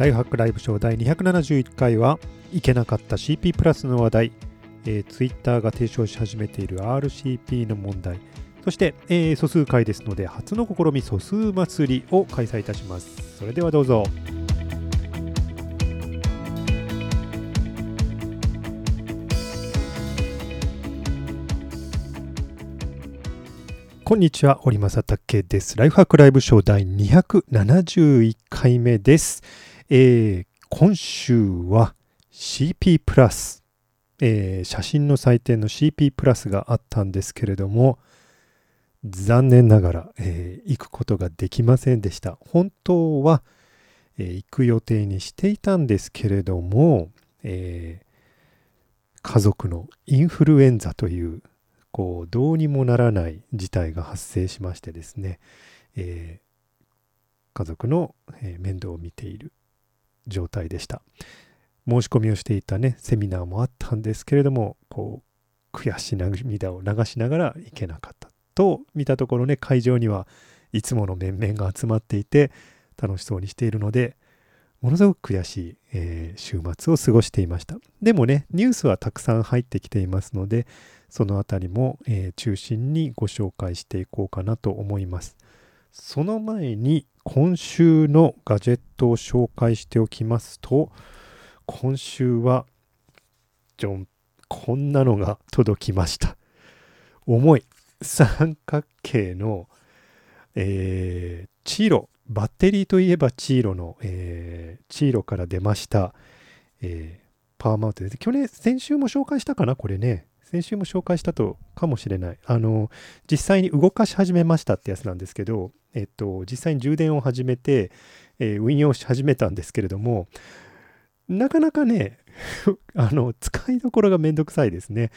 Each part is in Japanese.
ライフハックライブショー第271回はいけなかった CP プラスの話題、Twitter が提唱し始めている RCP の問題、そして、素数回ですので初の試み素数祭りを開催いたします。それではどうぞ。こんにちは、堀正武です。ライフハックライブショー第271回目です。今週は CP プラス、写真の祭典の CP プラスがあったんですけれども、残念ながら、行くことができませんでした。本当は、行く予定にしていたんですけれども、家族のインフルエンザというどうにもならない事態が発生しましてですね、家族の、面倒を見ている状態でした。申し込みをしていたねセミナーもあったんですけれども、悔し涙を流しながら行けなかったと見たところね、会場にはいつもの面々が集まっていて楽しそうにしているので、ものすごく悔しい、週末を過ごしていました。でもね、ニュースはたくさん入ってきていますので、そのあたりも、中心にご紹介していこうかなと思います。その前に今週のガジェットを紹介しておきますと、今週はこんなのが届きました。重い三角形の、チーロ、バッテリーといえばチーロの、チーロから出ました、パワーマウントで、先週も紹介したかな、これね。先週も紹介したかもしれない。実際に動かし始めましたってやつなんですけど、実際に充電を始めて、運用し始めたんですけれども、なかなかね、使いどころがめんどくさいですね。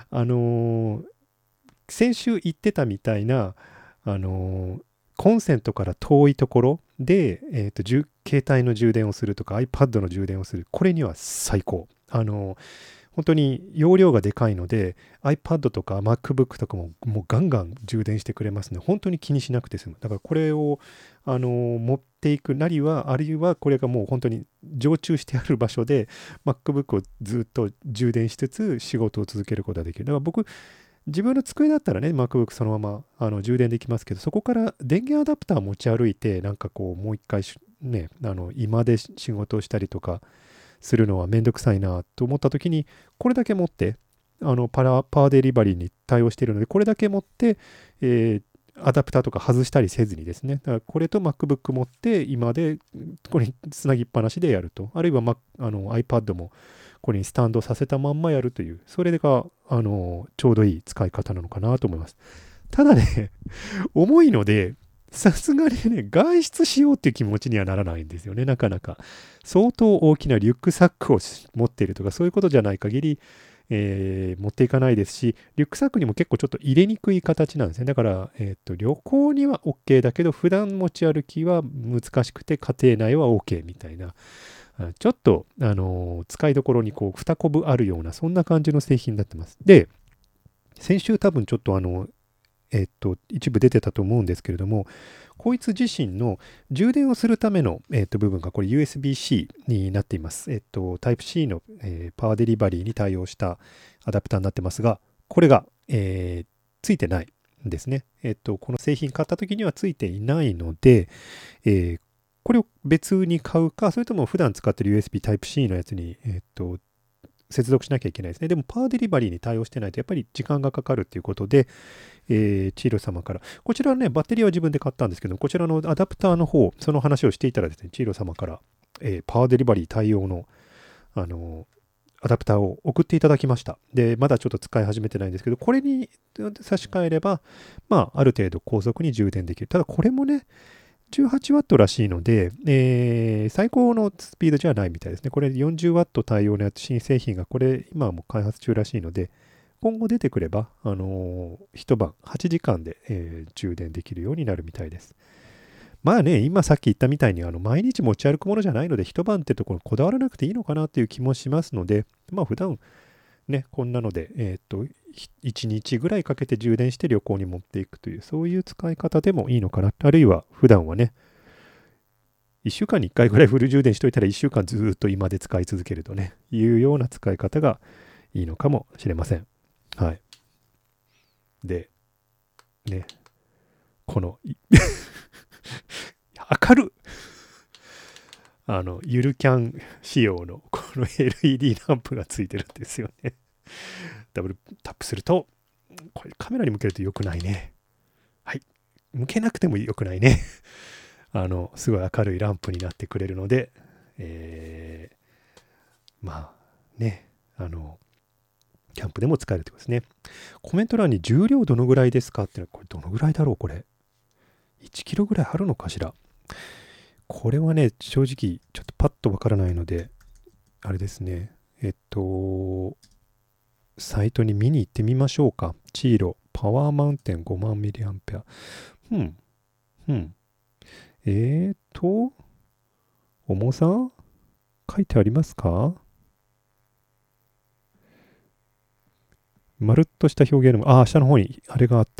先週言ってたみたいな、コンセントから遠いところで、携帯の充電をするとか iPad の充電をする、これには最高。本当に容量がでかいので iPad とか MacBook とかもうガンガン充電してくれますね。本当に気にしなくて済む。だからこれを持っていくなりは、あるいはこれがもう本当に常駐してある場所で MacBook をずっと充電しつつ仕事を続けることができる。だから僕自分の机だったらね MacBook そのまま充電できますけど、そこから電源アダプター持ち歩いてもう一回ね今で仕事をしたりとかするのはめんどくさいなと思った時に、これだけ持ってパワーデリバリーに対応しているので、これだけ持って、アダプターとか外したりせずにですね、だからこれと MacBook 持って今でこれにつなぎっぱなしでやると、あるいは、iPad もこれにスタンドさせたまんまやるという、それがちょうどいい使い方なのかなと思います。ただね重いのでさすがにね外出しようっていう気持ちにはならないんですよね。なかなか相当大きなリュックサックを持っているとかそういうことじゃない限り、持っていかないですし、リュックサックにも結構ちょっと入れにくい形なんですね。だから、旅行には OK だけど普段持ち歩きは難しくて家庭内は OK みたいな、ちょっと、使いどころに2コブあるようなそんな感じの製品になってます。で、先週多分ちょっと一部出てたと思うんですけれども、こいつ自身の充電をするための、部分がこれ USB-C になっています。Type-C の、パワーデリバリーに対応したアダプターになってますが、これが、ついてないんですね。この製品買った時にはついていないので、これを別に買うか、それとも普段使っている USB Type-C のやつに、接続しなきゃいけないですね。でもパワーデリバリーに対応してないとやっぱり時間がかかるということで、チーロ様から、こちらはね、バッテリーは自分で買ったんですけど、こちらのアダプターの方、その話をしていたらですね、チーロ様から、パワーデリバリー対応の、アダプターを送っていただきました。で、まだちょっと使い始めてないんですけど、これに差し替えれば、ある程度高速に充電できる。ただこれもね、18W らしいので、最高のスピードじゃないみたいですね。これ 40W 対応のやつ、新製品がこれ今はもう開発中らしいので、今後出てくれば、一晩8時間で、充電できるようになるみたいです。今さっき言ったみたいに毎日持ち歩くものじゃないので、一晩ってところにこだわらなくていいのかなっていう気もしますので、普段ね、こんなので、1日ぐらいかけて充電して旅行に持っていくという、そういう使い方でもいいのかな。あるいは普段はね、 1週間に1回ぐらいフル充電しといたら1週間ずっと今で使い続けるとね、いうような使い方がいいのかもしれません。はい。で、ね、この明るゆるキャン仕様のこの LED ランプがついてるんですよね。ダブルタップすると、これカメラに向けると良くないね。はい。向けなくても良くないね。すごい明るいランプになってくれるので、まあね、キャンプでも使えるということですね。コメント欄に重量どのぐらいですかってのは、これどのぐらいだろうこれ。1キロぐらいあるのかしら。これはね、正直ちょっとパッとわからないので、あれですね。サイトに見に行ってみましょうか。チーロ、パワーマウンテン5万ミリアンペア。うん。重さ書いてありますか？まるっとした表現の、下の方にあれがあった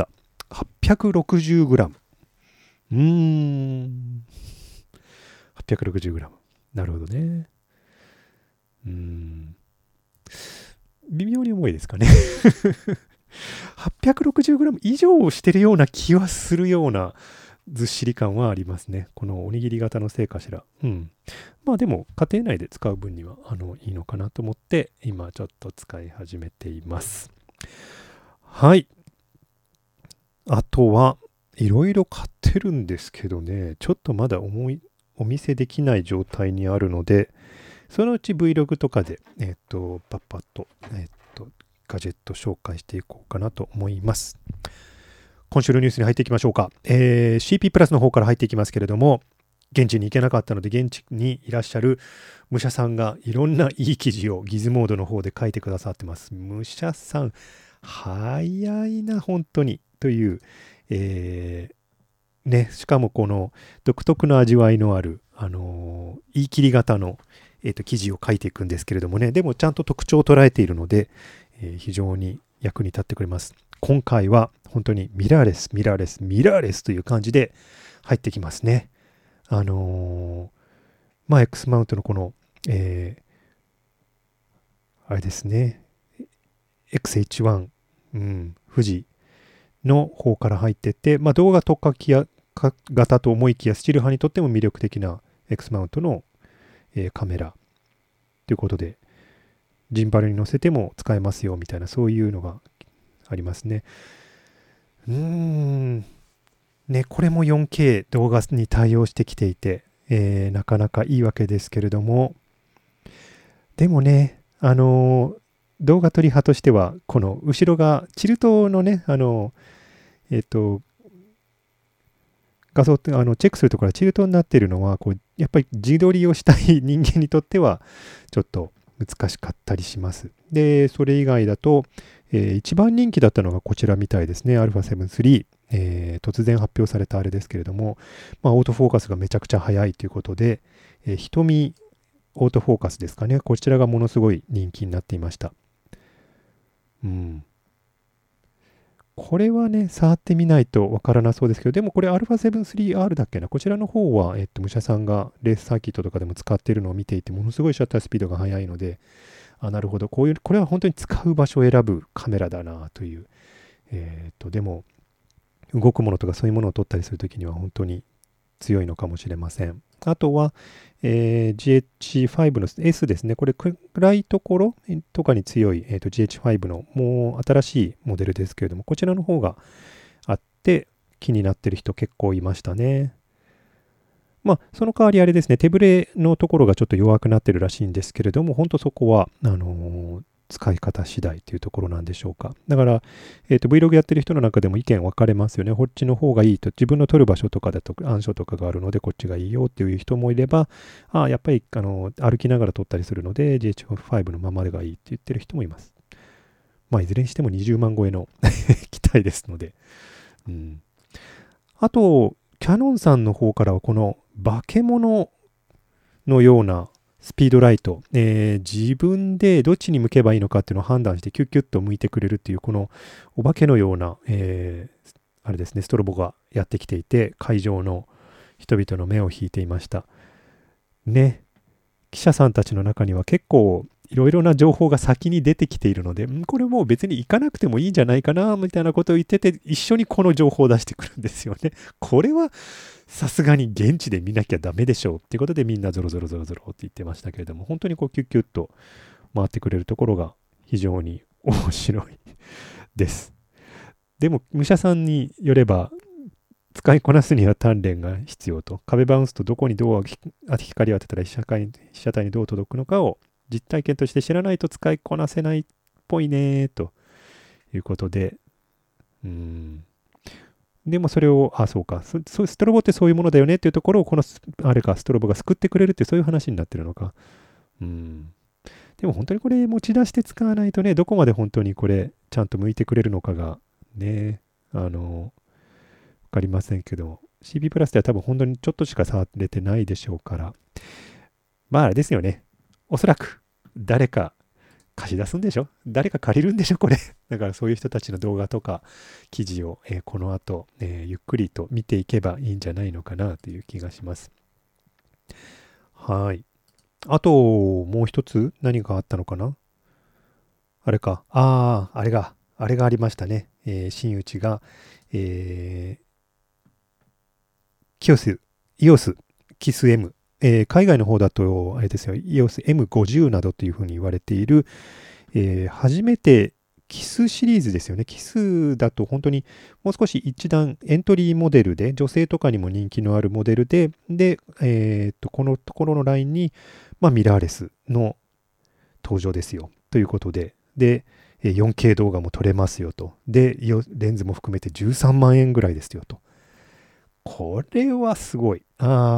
。860g。860g。なるほどね。微妙に重いですかね。860g 以上してるような気はするようなずっしり感はありますね。このおにぎり型のせいかしら。まあでも家庭内で使う分にはいいのかなと思って今ちょっと使い始めています。はい。あとはいろいろ買ってるんですけどね、ちょっとまだお見せできない状態にあるので、そのうち Vlog とかで、パッパッと、ガジェット紹介していこうかなと思います。今週のニュースに入っていきましょうか。CP プラスの方から入っていきますけれども、現地に行けなかったので、現地にいらっしゃる武者さんがいろんないい記事をギズモードの方で書いてくださってます。武者さん、早いな、本当に。という、しかもこの独特の味わいのある、言い切り型の、記事を書いていくんですけれどもね、でもちゃんと特徴を捉えているので、非常に役に立ってくれます。今回は本当にミラーレス、ミラーレス、ミラーレスという感じで入ってきますね。X マウントのこの、あれですね、XH1、富士の方から入ってて、動画特化型と思いきやスチール派にとっても魅力的な X マウントの、カメラということで、ジンバルに乗せても使えますよみたいな、そういうのがありますね。これも 4K 動画に対応してきていて、なかなかいいわけですけれども、でもね、動画撮り派としては、この後ろがチルトのね、画像ってチェックするところがチルトになっているのはやっぱり自撮りをしたい人間にとってはちょっと難しかったりします。で、それ以外だと、一番人気だったのがこちらみたいですね。α7 III、突然発表されたあれですけれども、オートフォーカスがめちゃくちゃ速いということで、瞳オートフォーカスですかね。こちらがものすごい人気になっていました。これはね、触ってみないとわからなそうですけど、でもこれ α7-3R だっけな。こちらの方は、武者さんがレースサーキットとかでも使っているのを見ていて、ものすごいシャッタースピードが速いので、なるほど、これは本当に使う場所を選ぶカメラだなという。でも、動くものとかそういうものを撮ったりするときには本当に強いのかもしれません。あとは、GH5 の S ですね。これ暗いところとかに強い、GH5 のもう新しいモデルですけれども、こちらの方があって気になってる人結構いましたね。その代わりあれですね、手ぶれのところがちょっと弱くなってるらしいんですけれども、本当そこは、使い方次第というところなんでしょうか。だから、Vlog やってる人の中でも意見分かれますよね。こっちの方がいいと、自分の撮る場所とかだと暗所とかがあるので、こっちがいいよっていう人もいれば、やっぱり歩きながら撮ったりするので、GH5 のままがいいって言ってる人もいます。いずれにしても20万超えの機体ですので。あと、キャノンさんの方からは、この化け物のようなスピードライト、自分でどっちに向けばいいのかっていうのを判断してキュッキュッと向いてくれるっていうこのお化けのような、あれですね、ストロボがやってきていて会場の人々の目を引いていました。 ね、記者さんたちの中には結構いろいろな情報が先に出てきているので、これもう別に行かなくてもいいんじゃないかなみたいなことを言ってて、一緒にこの情報を出してくるんですよね。これはさすがに現地で見なきゃダメでしょうっていうことで、みんなゾロゾロゾロゾロって言ってましたけれども、本当にこうキュッキュッと回ってくれるところが非常に面白いです。でも武者さんによれば、使いこなすには鍛錬が必要と。壁バウンスとどこにどう光を当てたら被写体にどう届くのかを実体験として知らないと使いこなせないっぽいねということで、でもそれを、そうか、ストロボってそういうものだよねっていうところを、あれか、ストロボが救ってくれるってそういう話になってるのか。でも本当にこれ持ち出して使わないとね、どこまで本当にこれちゃんと向いてくれるのかがね、わかりませんけど、CB プラスでは多分本当にちょっとしか触れてないでしょうから、まああれですよね。おそらく誰か貸し出すんでしょ、誰か借りるんでしょこれ。だからそういう人たちの動画とか記事を、この後、ゆっくりと見ていけばいいんじゃないのかなという気がします。はい。あと、もう一つ何があったのかな。あれか。あれがありましたね。真打ちが、えキオス、イオス、キス M、海外の方だと、あれですよ、イオス M50 などというふうに言われている、初めてキスシリーズですよね。キスだと本当にもう少し一段エントリーモデルで、女性とかにも人気のあるモデルで、このところのラインに、ミラーレスの登場ですよ。ということで、4K 動画も撮れますよと。で、レンズも含めて13万円ぐらいですよと。これはすごい。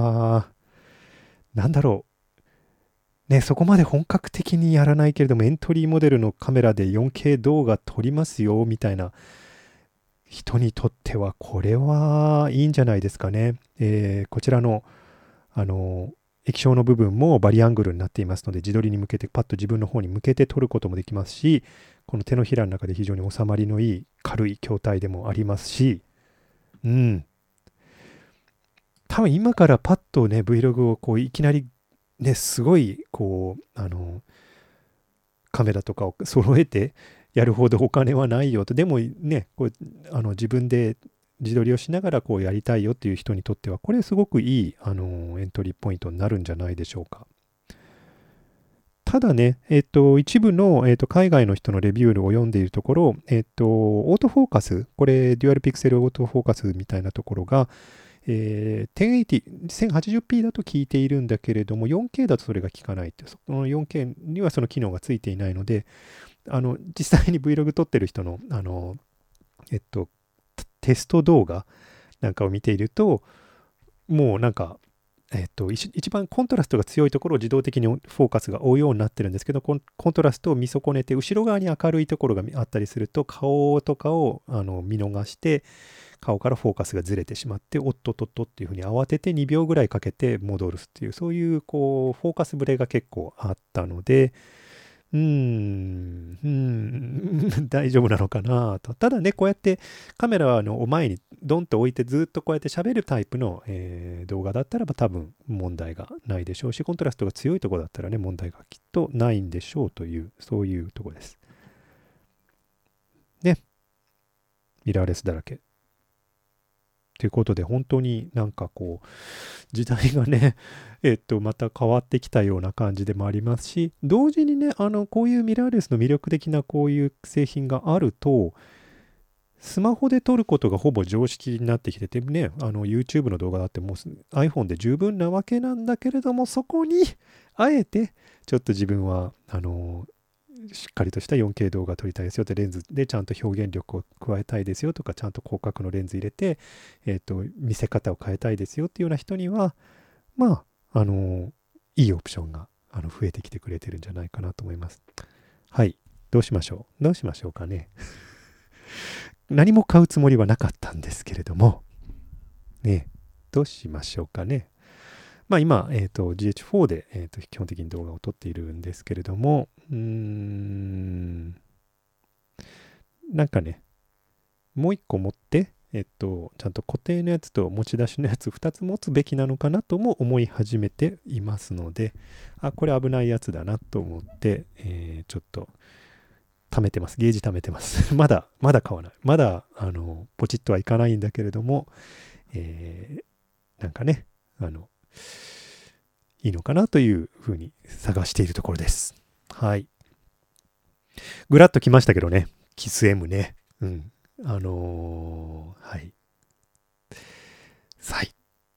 なんだろう。ね、そこまで本格的にやらないけれども、エントリーモデルのカメラで 4K 動画撮りますよ、みたいな人にとっては、これはいいんじゃないですかね。こちらの、液晶の部分もバリアングルになっていますので、自撮りに向けて、パッと自分の方に向けて撮ることもできますし、この手のひらの中で非常に収まりのいい軽い筐体でもありますし、うん、多分今からパッとね、Vlog をこういきなりね、すごいこう、カメラとかを揃えてやるほどお金はないよと。でもね、こう自分で自撮りをしながらこうやりたいよっていう人にとっては、これすごくいい、エントリーポイントになるんじゃないでしょうか。ただね、一部の、海外の人のレビューを読んでいるところ、オートフォーカス、これ、デュアルピクセルオートフォーカスみたいなところが、1080、1080p だと効いているんだけれども、4K だとそれが効かないって、その 4K にはその機能がついていないので、実際に Vlog 撮ってる人の、えっと、テスト動画なんかを見ていると、もうなんか、一番コントラストが強いところを自動的にフォーカスが追うようになってるんですけど、コントラストを見損ねて、後ろ側に明るいところがあったりすると、顔とかを見逃して、顔からフォーカスがずれてしまって、おっとっとっとっていうふうに慌てて2秒ぐらいかけて戻るっていう、そういうこうフォーカスブレが結構あったので、大丈夫なのかなと。ただね、こうやってカメラの前にドンと置いてずっとこうやって喋るタイプの、動画だったらば多分問題がないでしょうし、コントラストが強いところだったらね、問題がきっとないんでしょうという、そういうところです。ね、ミラーレスだらけ。ということで、本当になんかこう、時代がね、また変わってきたような感じでもありますし、同時にね、こういうミラーレスの魅力的なこういう製品があると、スマホで撮ることがほぼ常識になってきててね、YouTube の動画だってもう iPhone で十分なわけなんだけれども、そこに、あえて、ちょっと自分は、しっかりとした 4K 動画撮りたいですよって、レンズでちゃんと表現力を加えたいですよとか、ちゃんと広角のレンズ入れて、見せ方を変えたいですよっていうような人には、まあ、いいオプションが増えてきてくれてるんじゃないかなと思います。はい。どうしましょうかね。何も買うつもりはなかったんですけれども、ね、どうしましょうかね。今、GH4 で、基本的に動画を撮っているんですけれども、なんかね、もう一個持って、 ちゃんと固定のやつと持ち出しのやつ2つ持つべきなのかなとも思い始めていますので、これ危ないやつだなと思って、ちょっと貯めてます。ゲージ貯めてます。まだ買わない。まだ、ポチッとはいかないんだけれども、なんかね、いいのかなというふうに探しているところです。はい。ぐらっときましたけどね。キス M ね。うん。はい。はい。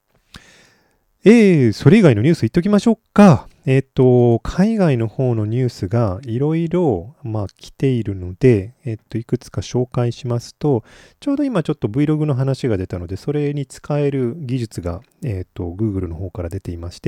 それ以外のニュース言っときましょうか。海外の方のニュースがいろいろ、来ているので、いくつか紹介しますと、ちょうど今ちょっと Vlog の話が出たので、それに使える技術が、Google の方から出ていまして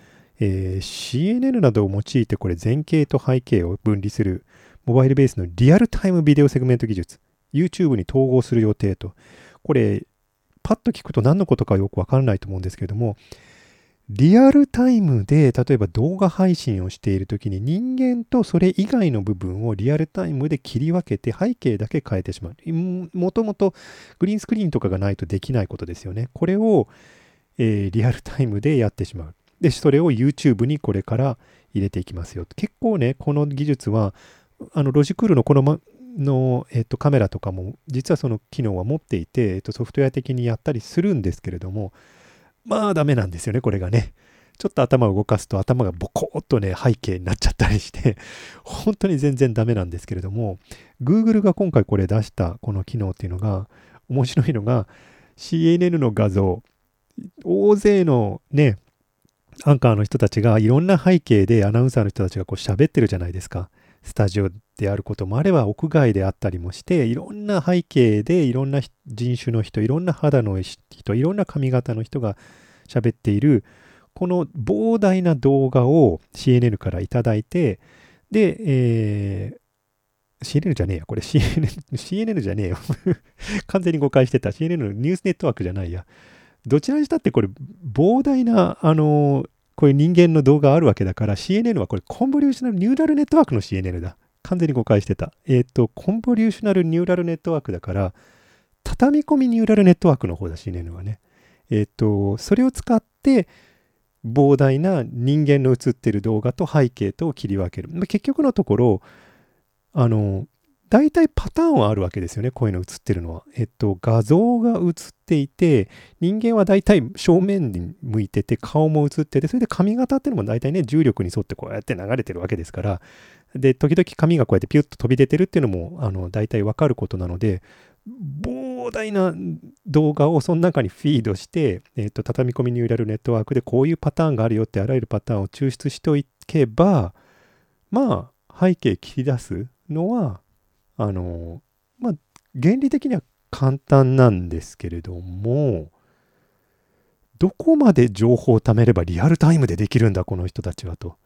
、CNN などを用いてこれ前景と背景を分離するモバイルベースのリアルタイムビデオセグメント技術、YouTube に統合する予定と、これ、パッと聞くと何のことかよくわからないと思うんですけれども、リアルタイムで例えば動画配信をしているときに人間とそれ以外の部分をリアルタイムで切り分けて背景だけ変えてしまう。もともとグリーンスクリーンとかがないとできないことですよね。これを、リアルタイムでやってしまう。で、それを YouTube にこれから入れていきますよ。結構ね、この技術はロジクールのこの、カメラとかも実はその機能は持っていて、ソフトウェア的にやったりするんですけれども、ダメなんですよね、これがね。ちょっと頭を動かすと頭がボコーっとね、背景になっちゃったりして、本当に全然ダメなんですけれども、Google が今回これ出したこの機能っていうのが、面白いのが、CNN の画像、大勢のね、アンカーの人たちがいろんな背景でアナウンサーの人たちがこう喋ってるじゃないですか。スタジオであることもあれば屋外であったりもして、いろんな背景でいろんな人種の人、いろんな肌の人、いろんな髪型の人が喋っているこの膨大な動画を CNN からいただいて、で、CNN じゃねえや、これ CNN じゃねえよ。完全に誤解してた。CNN のニュースネットワークじゃないや。どちらにしたってこれ膨大な、こういう人間の動画あるわけだから CNN はこれコンボリューショナルニューラルネットワークの CNN だ。完全に誤解してた。コンボリューショナルニューラルネットワークだから、畳み込みニューラルネットワークの方だ CNN はね。それを使って膨大な人間の映ってる動画と背景とを切り分ける。結局のところ、大体パターンはあるわけですよね。こういうの映ってるのは。画像が映っていて、人間は大体正面に向いてて、顔も映ってて、それで髪型っていうのも大体ね、重力に沿ってこうやって流れてるわけですから、で、時々髪がこうやってピュッと飛び出てるっていうのも、大体わかることなので、膨大な動画をその中にフィードして、畳み込みニューラルネットワークでこういうパターンがあるよってあらゆるパターンを抽出しておけば、背景切り出すのは、原理的には簡単なんですけれども、どこまで情報を貯めればリアルタイムでできるんだ、この人たちはと。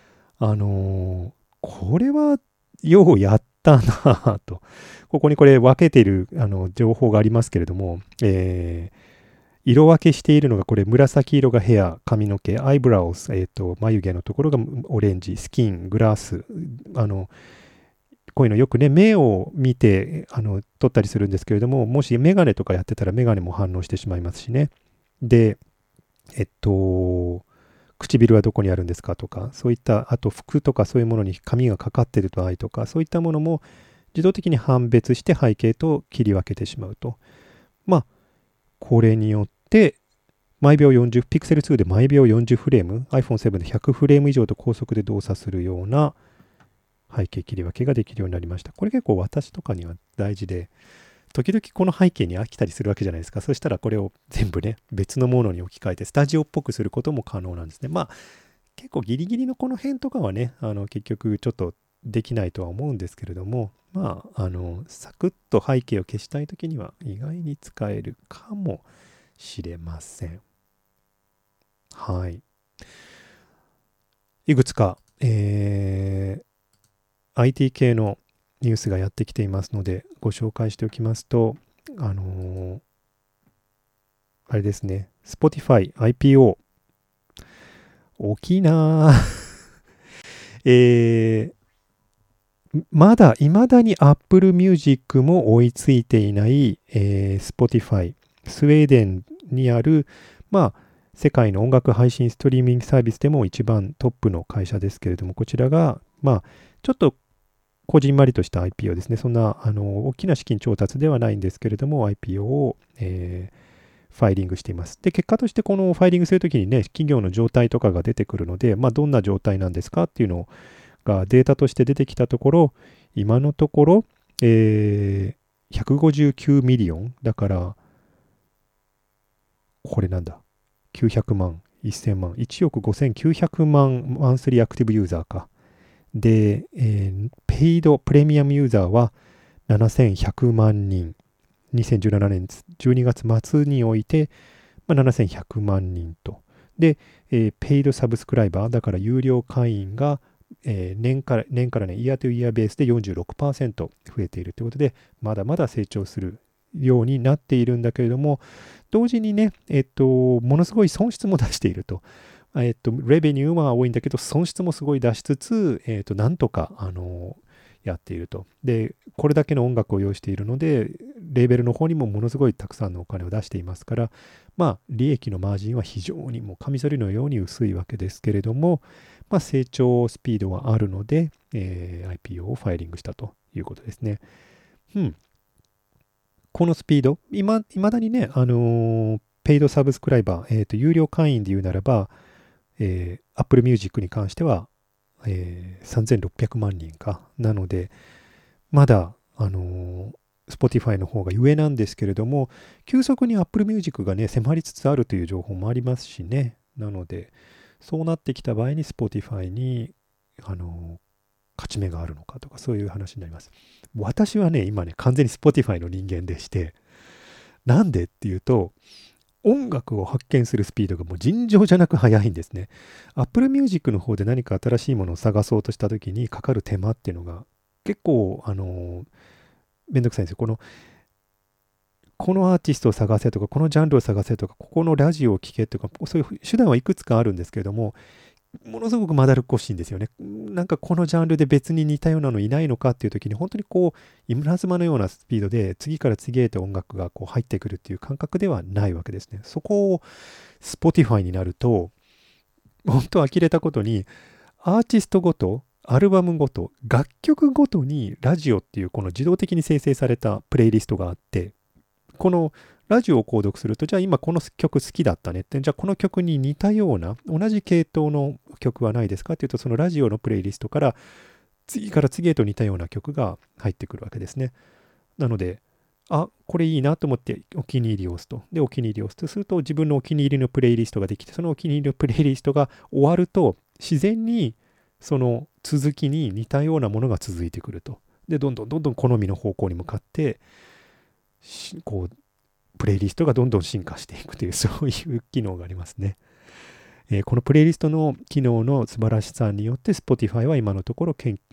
これはようやったなぁと。ここにこれ分けている情報がありますけれども、色分けしているのがこれ紫色がヘア、髪の毛、アイブラウス、眉毛のところがオレンジ、スキン、グラス、こういうのよくね、目を見て撮ったりするんですけれども、もしメガネとかやってたらメガネも反応してしまいますしね。で、唇はどこにあるんですかとか、そういった、あと服とかそういうものに紙がかかっている場合とか、そういったものも自動的に判別して背景と切り分けてしまうと。これによって、毎秒40、ピクセル2で毎秒40フレーム、iPhone7 で100フレーム以上と高速で動作するような背景切り分けができるようになりました。これ結構私とかには大事で、時々この背景に飽きたりするわけじゃないですか。そしたらこれを全部ね、別のものに置き換えて、スタジオっぽくすることも可能なんですね。結構ギリギリのこの辺とかはね、結局ちょっとできないとは思うんですけれども、サクッと背景を消したいときには意外に使えるかもしれません。はい。いくつか、IT 系のニュースがやってきていますので、ご紹介しておきますと、あれですね、Spotify IPO、大きいなぁ。 いまだに Apple Music も追いついていない、Spotify、スウェーデンにある、まあ、世界の音楽配信ストリーミングサービスでも一番トップの会社ですけれども、こちらが、ちょっとこじんまりとした IPO ですね。そんな、大きな資金調達ではないんですけれども、IPO を、ファイリングしています。で、結果としてこのファイリングするときにね、企業の状態とかが出てくるので、どんな状態なんですかっていうのがデータとして出てきたところ、今のところ、159ミリオンだから、これなんだ、900万、1000万、1億5900万マンスリーアクティブユーザーか。で、ペイドプレミアムユーザーは7100万人。2017年12月末において、7100万人と。で、ペイドサブスクライバー、だから有料会員が、年からね、イヤートゥイヤーベースで46%増えているということで、まだまだ成長するようになっているんだけれども、同時にね、ものすごい損失も出していると。レベニューは多いんだけど、損失もすごい出しつつ、なんとか、やっていると。で、これだけの音楽を用意しているので、レーベルの方にもものすごいたくさんのお金を出していますから、利益のマージンは非常にもうカミソリのように薄いわけですけれども、成長スピードはあるので、IPO をファイリングしたということですね。このスピード、いまだにね、ペイドサブスクライバー、有料会員で言うならば、Apple Music に関しては、3600万人か。なので、まだ、Spotify の方が上なんですけれども、急速に Apple Music がね、迫りつつあるという情報もありますしね。なので、そうなってきた場合に Spotify に、勝ち目があるのかとか、そういう話になります。私はね、今ね、完全に Spotify の人間でして、なんでっていうと、音楽を発見するスピードがもう尋常じゃなく速いんですね。Apple Music の方で何か新しいものを探そうとした時にかかる手間っていうのが結構、めんどくさいんですよ。このアーティストを探せとか、このジャンルを探せとか、ここのラジオを聴けとか、そういう手段はいくつかあるんですけれども、ものすごくまだるっこしいんですよね。なんかこのジャンルで別に似たようなのいないのかっていう時に本当に稲妻のようなスピードで次から次へと音楽が入ってくるっていう感覚ではないわけですね。そこを Spotify になると本当呆れたことにアーティストごとアルバムごと楽曲ごとにラジオっていうこの自動的に生成されたプレイリストがあって、このラジオを購読すると、じゃあ今この曲好きだったねって、じゃあこの曲に似たような、同じ系統の曲はないですかっていうと、そのラジオのプレイリストから次から次へと似たような曲が入ってくるわけですね。なので、これいいなと思ってお気に入りを押すと。で、お気に入りを押すとすると、自分のお気に入りのプレイリストができて、そのお気に入りのプレイリストが終わると、自然にその続きに似たようなものが続いてくると。で、どんどんどんどん好みの方向に向かって、プレイリストがどんどん進化していくという、そういう機能がありますね。このプレイリストの機能の素晴らしさによって、Spotify は今のところ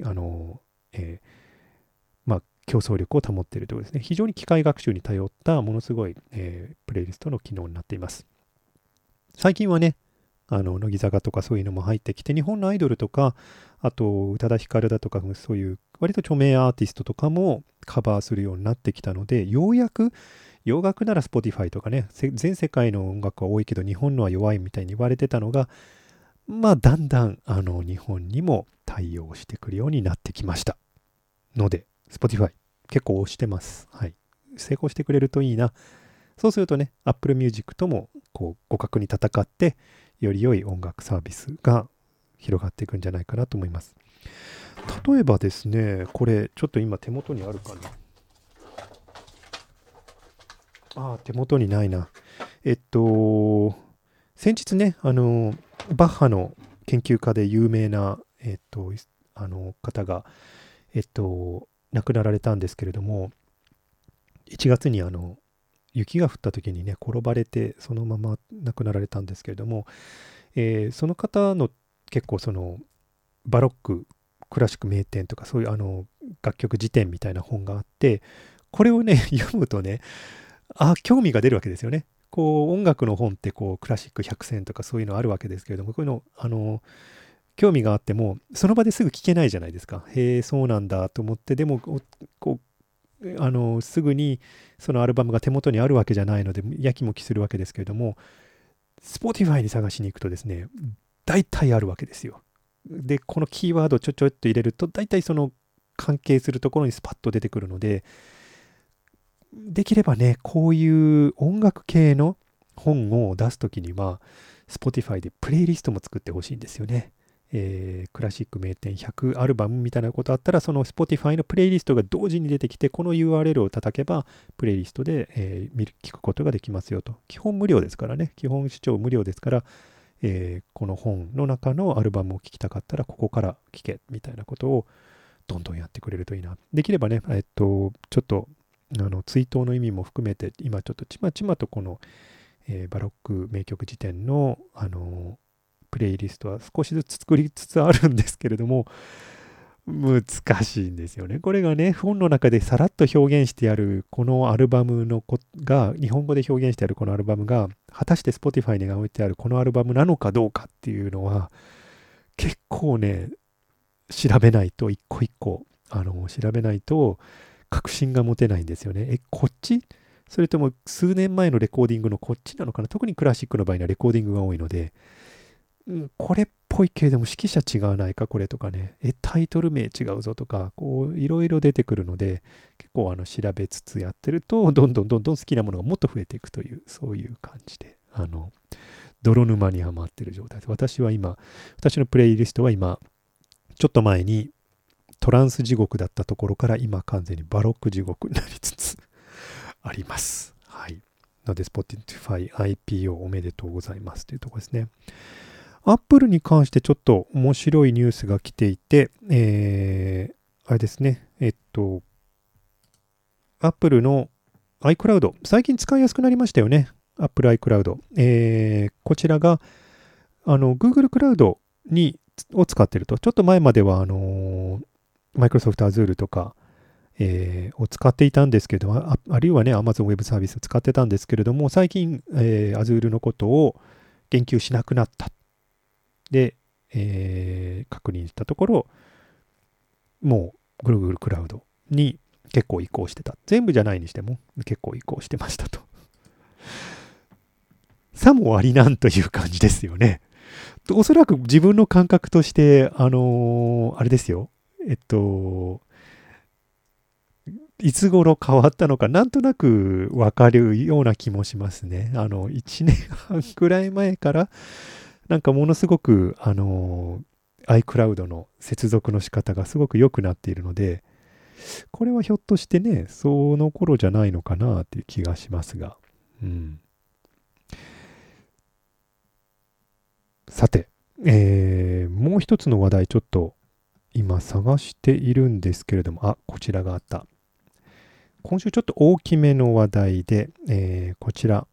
競争力を保っているということですね。非常に機械学習に頼ったものすごい、プレイリストの機能になっています。最近はね、乃木坂とかそういうのも入ってきて、日本のアイドルとか、あと宇多田ヒカルだとか、そういう割と著名アーティストとかもカバーするようになってきたので、ようやく洋楽なら Spotify とかね、全世界の音楽は多いけど日本のは弱いみたいに言われてたのが、だんだん日本にも対応してくるようになってきました。ので、Spotify 結構推してます。はい。成功してくれるといいな。そうするとね、Apple Music とも互角に戦って、より良い音楽サービスが広がっていくんじゃないかなと思います。例えばですね、これちょっと今手元にあるかな。手元にないな。先日ね、バッハの研究家で有名な、方が、亡くなられたんですけれども、1月に雪が降った時にね、転ばれて、そのまま亡くなられたんですけれども、その方の結構バロック、クラシック名店とか、そういう楽曲辞典みたいな本があって、これをね、読むとね、興味が出るわけですよね。音楽の本ってクラシック100選とかそういうのあるわけですけれども、こういうの興味があってもその場ですぐ聞けないじゃないですか。へえ、そうなんだと思って、でもこすぐにそのアルバムが手元にあるわけじゃないのでやきもきするわけですけれども、Spotify に探しに行くとですね、大体あるわけですよ。で、このキーワードをちょっと入れると、大体その関係するところにスパッと出てくるので、できればね、こういう音楽系の本を出すときには、Spotify でプレイリストも作ってほしいんですよね。クラシック名店100アルバムみたいなことあったら、その Spotify のプレイリストが同時に出てきて、この URL を叩けば、プレイリストで、聞くことができますよと。基本無料ですからね。基本視聴無料ですから、この本の中のアルバムを聴きたかったら、ここから聴けみたいなことをどんどんやってくれるといいな。できればね、ちょっと追悼の意味も含めて、今ちょっとちまちまとこの、バロック名曲辞典の、プレイリストは少しずつ作りつつあるんですけれども、難しいんですよね。これがね、本の中でさらっと表現してあるこのアルバムのが、日本語で表現してあるこのアルバムが、果たして Spotify に置いてあるこのアルバムなのかどうかっていうのは、結構ね、調べないと、一個一個、調べないと、確信が持てないんですよね。こっちそれとも数年前のレコーディングのこっちなのかな。特にクラシックの場合にはレコーディングが多いので、これっぽいけれども指揮者違わないかこれとかね、タイトル名違うぞとか、こういろいろ出てくるので、結構調べつつやってると、どんどん好きなものがもっと増えていくという、そういう感じで、泥沼にはまってる状態です。私のプレイリストは今、ちょっと前にトランス地獄だったところから今完全にバロック地獄になりつつあります。はい。なので Spotify IPO おめでとうございますというところですね。Apple に関してちょっと面白いニュースが来ていて、あれですね、Apple の iCloud、最近使いやすくなりましたよね。Apple iCloud。こちらがGoogle クラウドを使っていると。ちょっと前まではMicrosoft Azure とか、を使っていたんですけど、あるいはね、Amazon Web サービスを使ってたんですけれども、最近、Azure のことを言及しなくなった。で、確認したところ、もう Google クラウドに結構移行してた。全部じゃないにしても結構移行してましたと。さもありなんという感じですよね。おそらく自分の感覚として、あれですよ。いつ頃変わったのか、なんとなくわかるような気もしますね。1年半くらい前から、なんかものすごく、iCloud の接続の仕方がすごく良くなっているので、これはひょっとしてね、その頃じゃないのかなっていう気がしますが。うん。さて、もう一つの話題ちょっと今探しているんですけれども、こちらがあった。今週ちょっと大きめの話題で、こちら、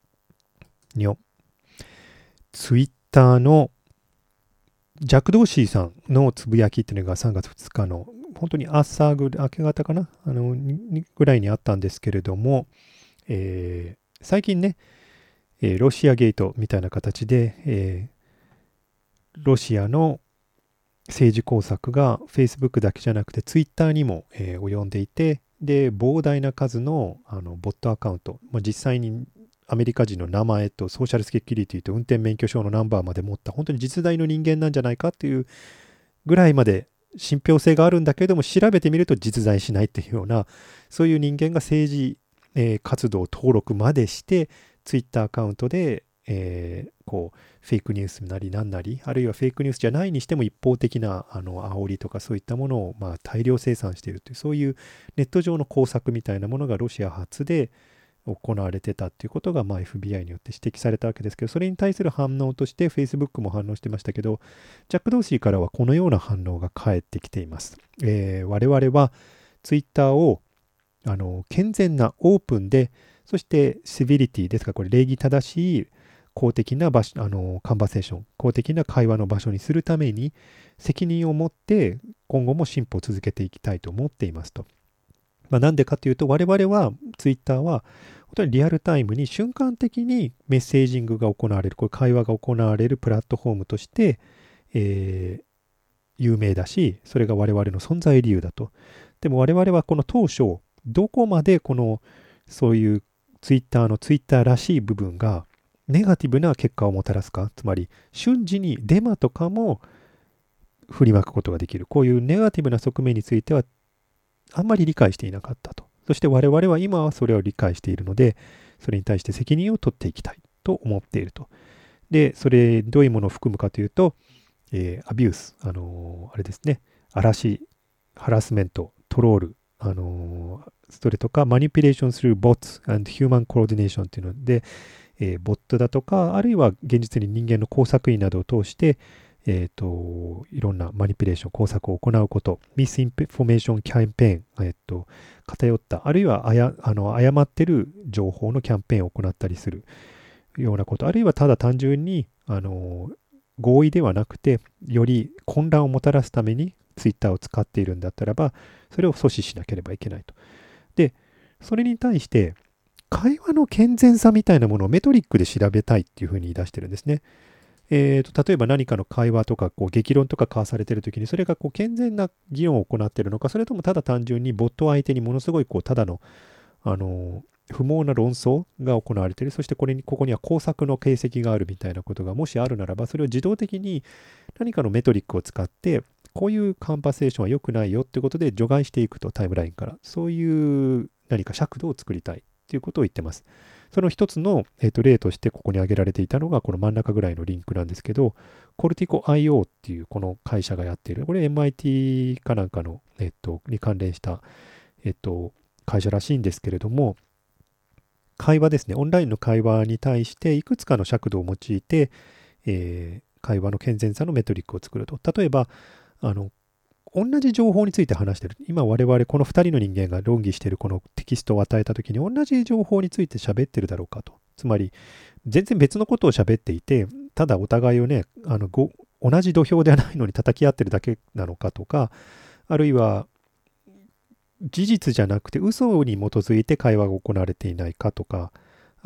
ツイッターのジャック・ドーシーさんのつぶやきっていうのが3月2日の本当に明け方かなぐらいにあったんですけれども、最近ね、ロシアゲートみたいな形で、ロシアの政治工作が Facebook だけじゃなくて Twitter にも、及んでいて、で膨大な数のボットアカウント、実際にアメリカ人の名前とソーシャルセキュリティと運転免許証のナンバーまで持った本当に実在の人間なんじゃないかっていうぐらいまで信憑性があるんだけれども、調べてみると実在しないっていうような、そういう人間が政治、活動登録までしてツイッターアカウントで、こうフェイクニュースなりなんなり、あるいはフェイクニュースじゃないにしても一方的な煽りとかそういったものを大量生産しているという、そういうネット上の工作みたいなものがロシア発で行われてたっていうことが、FBI によって指摘されたわけですけど、それに対する反応として Facebook も反応してましたけど、ジャック・ドーシーからはこのような反応が返ってきています。我々は Twitter を健全なオープンで、そしてシビリティですか、これ礼儀正しい公的な場所、カンバセーション、公的な会話の場所にするために責任を持って今後も進歩を続けていきたいと思っていますと。なんでかというと、我々はツイッターは本当にリアルタイムに瞬間的にメッセージングが行われる、これ会話が行われるプラットフォームとして、 えー有名だし、それが我々の存在理由だと。でも我々はこの当初、どこまでそういうツイッターのツイッターらしい部分がネガティブな結果をもたらすか、つまり瞬時にデマとかも振りまくことができる。こういうネガティブな側面についてはあんまり理解していなかったと。そして我々は今はそれを理解しているので、それに対して責任を取っていきたいと思っていると。で、それどういうものを含むかというと、アビュース、あれですね、嵐、ハラスメント、トロール、それとか、マニピュレーションするボット and human coordination っていうので、ボットだとか、あるいは現実に人間の工作員などを通して、いろんなマニピュレーション、工作を行うこと、ミスインフォメーションキャンペーン、偏った、あるいは誤ってる情報のキャンペーンを行ったりするようなこと、あるいはただ単純に、合意ではなくて、より混乱をもたらすためにツイッターを使っているんだったらば、それを阻止しなければいけないと。で、それに対して、会話の健全さみたいなものをメトリックで調べたいっていうふうに言い出してるんですね。例えば何かの会話とか激論とか交わされているときに、それが健全な議論を行っているのか、それともただ単純にボット相手にものすごいただの、あの不毛な論争が行われている。そしてここには工作の形跡があるみたいなことがもしあるならば、それを自動的に何かのメトリックを使って、こういうカンバセーションは良くないよってことで除外していくと、タイムラインから。そういう何か尺度を作りたいということを言ってます。その一つの、例としてここに挙げられていたのが、この真ん中ぐらいのリンクなんですけど、コルティコ IO っていうこの会社がやっている、これ MIT かなんかの、に関連した、会社らしいんですけれども、会話ですね、オンラインの会話に対していくつかの尺度を用いて、会話の健全さのメトリックを作ると。例えば、同じ情報について話している。今我々この2人の人間が論議しているこのテキストを与えたときに同じ情報について喋ってるだろうかと。つまり、全然別のことを喋っていて、ただお互いをね、同じ土俵ではないのに叩き合ってるだけなのかとか、あるいは事実じゃなくて嘘に基づいて会話が行われていないかとか、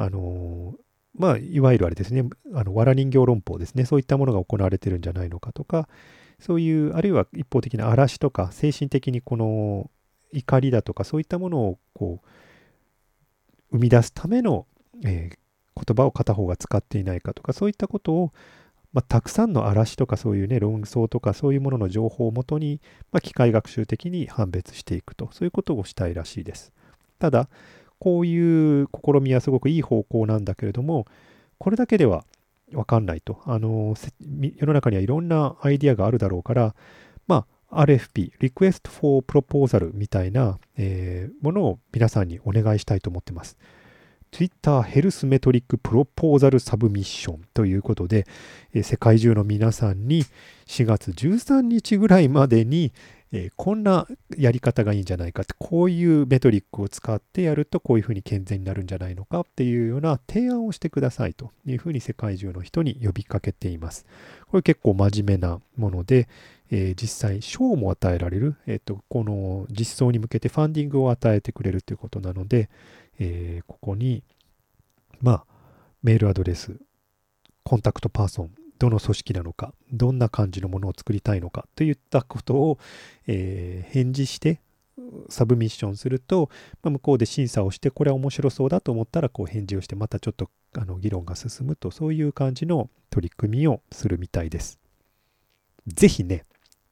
いわゆるあれですね、わら人形論法ですね、そういったものが行われてるんじゃないのかとか、そういう、あるいは一方的な嵐とか、精神的に怒りだとか、そういったものを生み出すための、言葉を片方が使っていないかとか、そういったことを、たくさんの嵐とかそういうね、論争とかそういうものの情報をもとに、機械学習的に判別していくと、そういうことをしたいらしいです。ただ、こういう試みはすごくいい方向なんだけれども、これだけでは分かんないと。世の中にはいろんなアイディアがあるだろうから、RFP、Request for Proposal みたいな、ものを皆さんにお願いしたいと思ってます。Twitter ヘルスメトリックプロポーザルサブミッションということで、世界中の皆さんに4月13日ぐらいまでに、こんなやり方がいいんじゃないかって、こういうメトリックを使ってやるとこういうふうに健全になるんじゃないのかっていうような提案をしてくださいというふうに世界中の人に呼びかけています。これ結構真面目なもので、実際賞も与えられる、この実装に向けてファンディングを与えてくれるということなので、ここに、メールアドレス、コンタクトパーソン、どの組織なのか、どんな感じのものを作りたいのかといったことを、返事してサブミッションすると、向こうで審査をして、これは面白そうだと思ったら返事をして、またちょっと議論が進むと、そういう感じの取り組みをするみたいです。ぜひね、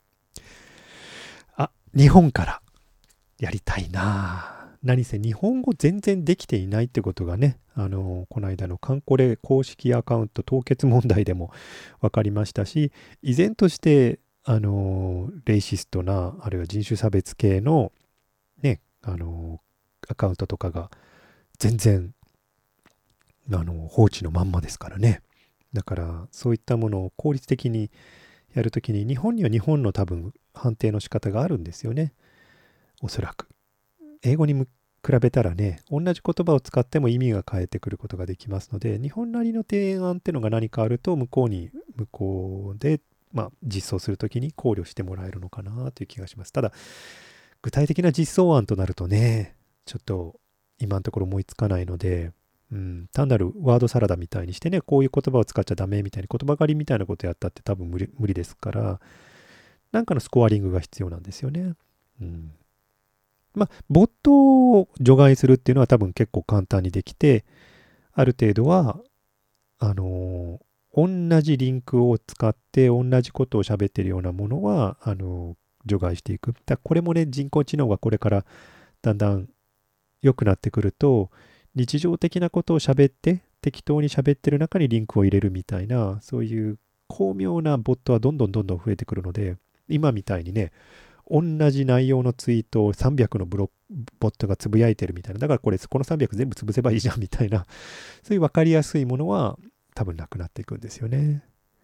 日本からやりたいなぁ。何せ日本語全然できていないってことがね、この間のカンコレ公式アカウント凍結問題でも分かりましたし、依然として、レイシストな、あるいは人種差別系のね、アカウントとかが全然、放置のまんまですからね。だから、そういったものを効率的にやるときに、日本には日本の多分判定の仕方があるんですよね。おそらく。英語に比べたらね、同じ言葉を使っても意味が変えてくることができますので、日本なりの提案っていうのが何かあると、向こうで、実装するときに考慮してもらえるのかなという気がします。ただ、具体的な実装案となるとね、ちょっと今のところ思いつかないので、 単なるワードサラダみたいにしてね、こういう言葉を使っちゃダメみたいに言葉狩りみたいなことやったって多分無理ですから、なんかのスコアリングが必要なんですよね。うん。まあ、ボットを除外するっていうのは多分結構簡単にできて、ある程度は、あの同じリンクを使って同じことを喋ってるようなものは、除外していく。これもね、人工知能がこれからだんだん良くなってくると、日常的なことを喋って、適当に喋ってる中にリンクを入れるみたいな、そういう巧妙なボットはどんどん増えてくるので、今みたいにね、同じ内容のツイートを300のボットがつぶやいてるみたいな、だからこの300全部潰せばいいじゃんみたいな、そういう分かりやすいものは多分なくなっていくんですよね。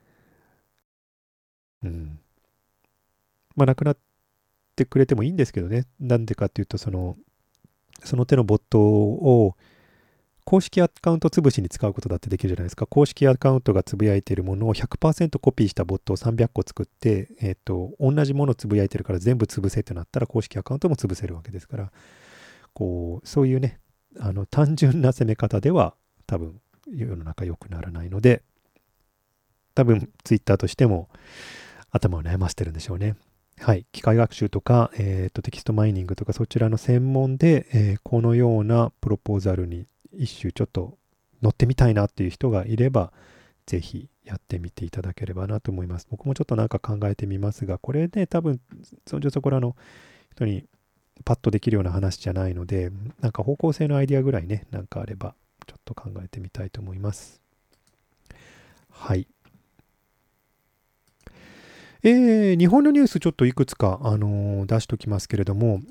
うん。まあ、なくなってくれてもいいんですけどね。なんでかっていうと、その手のボットを公式アカウント潰しに使うことだってできるじゃないですか。公式アカウントがつぶやいているものを100%コピーしたボットを300個作って、同じものをつぶやいてるから全部潰せってなったら公式アカウントも潰せるわけですから、そういうね、単純な攻め方では多分世の中良くならないので、多分ツイッターとしても頭を悩ませてるんでしょうね。はい。機械学習とか、テキストマイニングとかそちらの専門で、このようなプロポーザルに一種ちょっと乗ってみたいなっていう人がいれば、ぜひやってみていただければなと思います。僕もちょっとなんか考えてみますが、これね、多分、そんじょそこらの人にパッとできるような話じゃないので、なんか方向性のアイディアぐらいね、なんかあれば、ちょっと考えてみたいと思います。はい。日本のニュースちょっといくつか、出しときますけれども、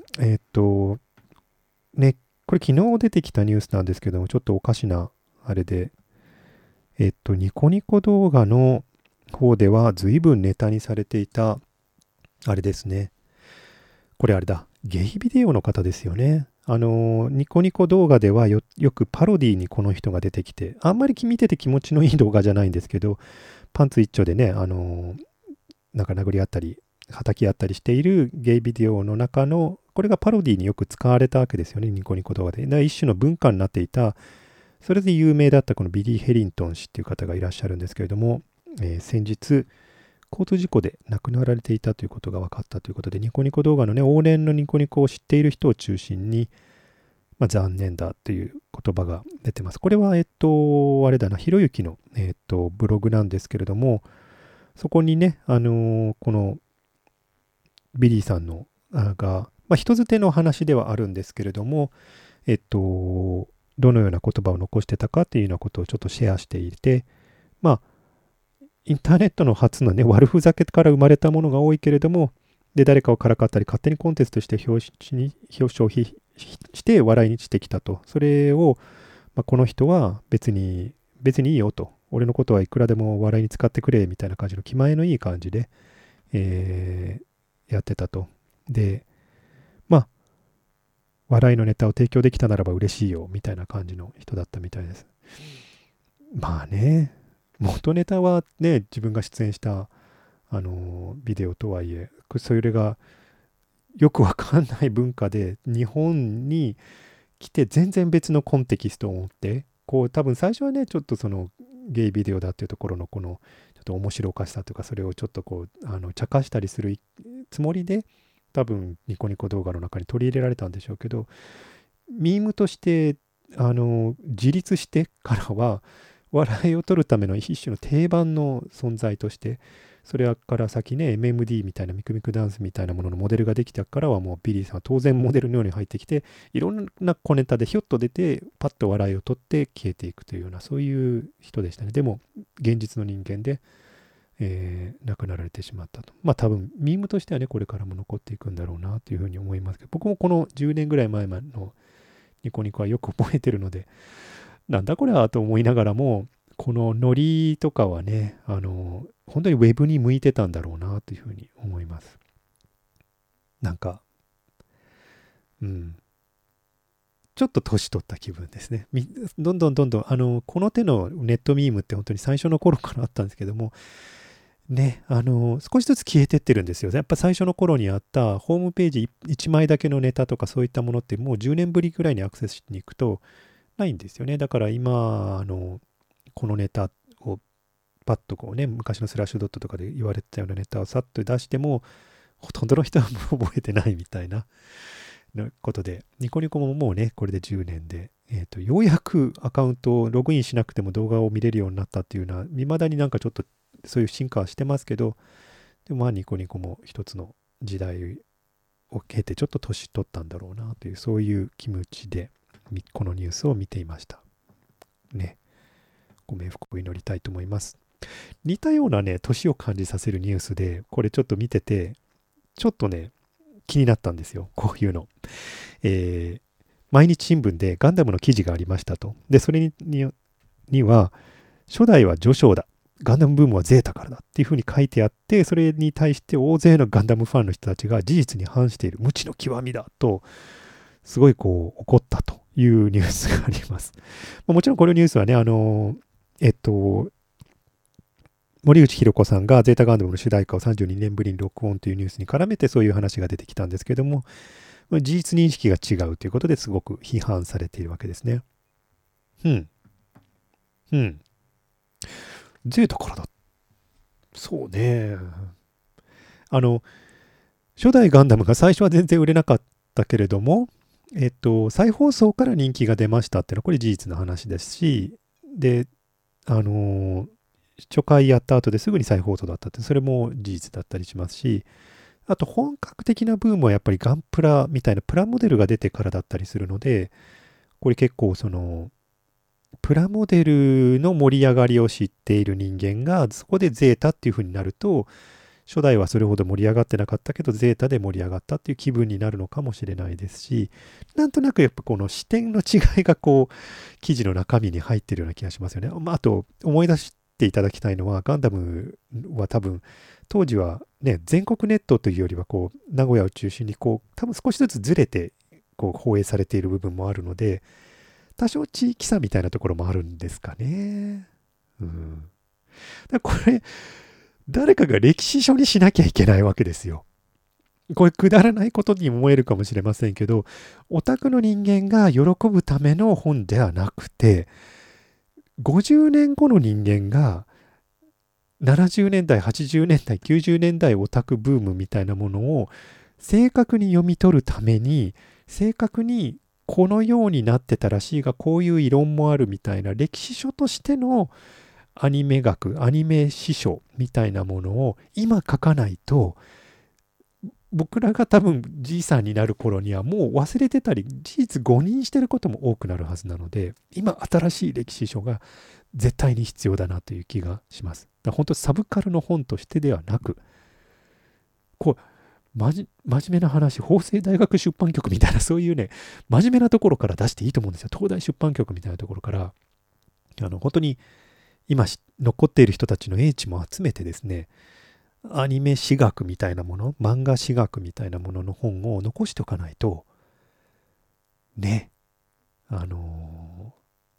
ね、これ昨日出てきたニュースなんですけども、ちょっとおかしな、あれで、ニコニコ動画の方では随分ネタにされていた、あれですね。これあれだ、ゲイビデオの方ですよね。ニコニコ動画ではよくパロディにこの人が出てきて、あんまり見てて気持ちのいい動画じゃないんですけど、パンツ一丁でね、なんか殴り合ったり、叩き合ったりしているゲイビデオの中の、これがパロディによく使われたわけですよね、ニコニコ動画で。一種の文化になっていた、それで有名だったこのビリー・ヘリントン氏っていう方がいらっしゃるんですけれども、先日、交通事故で亡くなられていたということが分かったということで、ニコニコ動画のね、往年のニコニコを知っている人を中心に、残念だという言葉が出てます。これは、あれだな、ひろゆきの、ブログなんですけれども、そこにね、このビリーさんのが、人づての話ではあるんですけれども、どのような言葉を残してたかというようなことをちょっとシェアしていて、まあ、インターネットの初のね、悪ふざけから生まれたものが多いけれども、で、誰かをからかったり、勝手にコンテンツとして表彰して笑いにしてきたと。それを、この人は別にいいよと。俺のことはいくらでも笑いに使ってくれ、みたいな感じの気前のいい感じで、やってたと。で、まあ、笑いのネタを提供できたならば嬉しいよ、みたいな感じの人だったみたいです。まあね、元ネタはね、自分が出演した、ビデオとはいえ、それがよくわかんない文化で、日本に来て全然別のコンテキストを持って、多分最初はね、ちょっとそのゲイビデオだっていうところのこのちょっと面白おかしさというか、それをちょっと茶化したりするつもりで、多分ニコニコ動画の中に取り入れられたんでしょうけど、ミームとして自立してからは笑いを取るための一種の定番の存在として、それから先ね、MMD みたいなミクミクダンスみたいなもののモデルができたからは、もうビリーさんは当然モデルのように入ってきて、いろんな小ネタでひょっと出て、パッと笑いを取って消えていくというような、そういう人でしたね。でも、現実の人間で、亡くなられてしまったと。多分、ミームとしてはね、これからも残っていくんだろうなというふうに思いますけど、僕もこの10年ぐらい前のニコニコはよく覚えてるので、なんだこれはと思いながらも、このノリとかはね、本当にウェブに向いてたんだろうなというふうに思います。なんか、うん、ちょっと年取った気分ですね。どんどん、この手のネットミームって本当に最初の頃からあったんですけども、ね、少しずつ消えてってるんですよ。やっぱ最初の頃にあったホームページ1枚だけのネタとかそういったものってもう10年ぶりぐらいにアクセスしに行くと、 ないんですよね。だから今、このネタをパッとこうね、昔のスラッシュドットとかで言われてたようなネタをさっと出しても、ほとんどの人はもう覚えてないみたいなことで、ニコニコももうね、これで10年で、ようやくアカウントをログインしなくても動画を見れるようになったっていうのは、未だになんかちょっとそういう進化はしてますけど、でもまあニコニコも一つの時代を経てちょっと年取ったんだろうなという、そういう気持ちでこのニュースを見ていました。ね。ご冥福を祈りたいと思います。似たようなね、年を感じさせるニュースで、これちょっと見てて、ちょっとね、気になったんですよ。こういうの。毎日新聞でガンダムの記事がありましたと。で、それには、初代は序章だ。ガンダムブームはゼータからだっていうふうに書いてあって、それに対して大勢のガンダムファンの人たちが事実に反している無知の極みだと、すごいこう怒ったというニュースがあります。もちろんこのニュースはね、森口博子さんがゼータガンダムの主題歌を32年ぶりに録音というニュースに絡めてそういう話が出てきたんですけども、事実認識が違うということですごく批判されているわけですね。うん。うん。ゼータからだ。そうね。初代ガンダムが最初は全然売れなかったけれども、再放送から人気が出ましたっていうのはこれ事実の話ですし、で、初回やった後ですぐに再放送だったって、それも事実だったりしますし、あと本格的なブームはやっぱりガンプラみたいなプラモデルが出てからだったりするので、これ結構プラモデルの盛り上がりを知っている人間が、そこでゼータっていう風になると、初代はそれほど盛り上がってなかったけど、ゼータで盛り上がったっていう気分になるのかもしれないですし、なんとなくやっぱこの視点の違いがこう、記事の中身に入ってるような気がしますよね。あと、思い出していただきたいのは、ガンダムは多分、当時はね、全国ネットというよりは、こう、名古屋を中心に、こう、多分少しずつずれて、こう、放映されている部分もあるので、多少地域差みたいなところもあるんですかね。うん。これ、誰かが歴史書にしなきゃいけないわけですよ。これくだらないことに思えるかもしれませんけど、オタクの人間が喜ぶための本ではなくて、50年後の人間が70年代、80年代、90年代オタクブームみたいなものを正確に読み取るために、正確にこのようになってたらしいが、こういう異論もあるみたいな歴史書としてのアニメ学、アニメ史書みたいなものを今書かないと、僕らが多分じいさんになる頃にはもう忘れてたり、事実誤認してることも多くなるはずなので、今新しい歴史書が絶対に必要だなという気がします。だから本当サブカルの本としてではなく、こう、真面目な話、法政大学出版局みたいな、そういうね、真面目なところから出していいと思うんですよ。東大出版局みたいなところから、本当に今残っている人たちの英知も集めてですね、アニメ史学みたいなもの、漫画史学みたいなものの本を残しておかないと、ね、あの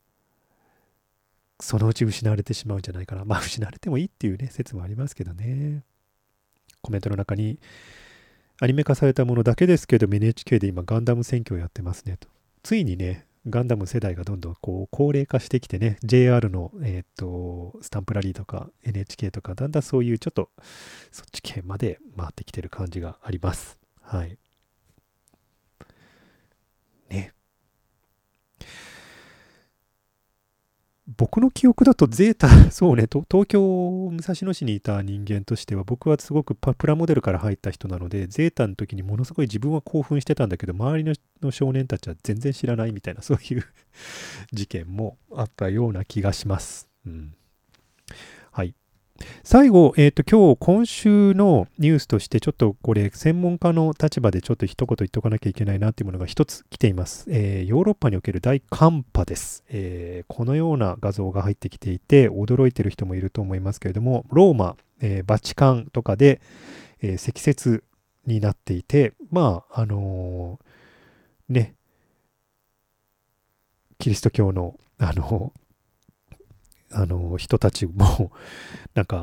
そのうち失われてしまうんじゃないかな。まあ、失われてもいいっていうね、説もありますけどね。コメントの中に、アニメ化されたものだけですけど、NHK で今ガンダム選挙をやってますねと。ついにね、ガンダム世代がどんどんこう高齢化してきてね、JR の、スタンプラリーとか NHK とか、だんだんそういうちょっとそっち系まで回ってきてる感じがあります。はい。ね。僕の記憶だとゼータ、そうね、東京、武蔵野市にいた人間としては、僕はすごくプラモデルから入った人なので、ゼータの時にものすごい自分は興奮してたんだけど、周りの少年たちは全然知らないみたいな、そういう事件もあったような気がします。うん。はい。最後、今週のニュースとして、ちょっとこれ、専門家の立場でちょっと一言言っとかなきゃいけないなっていうものが一つ来ています。ヨーロッパにおける大寒波です。このような画像が入ってきていて、驚いている人もいると思いますけれども、ローマ、バチカンとかで、積雪になっていて、まあ、ね、キリスト教の、人たちもなんか、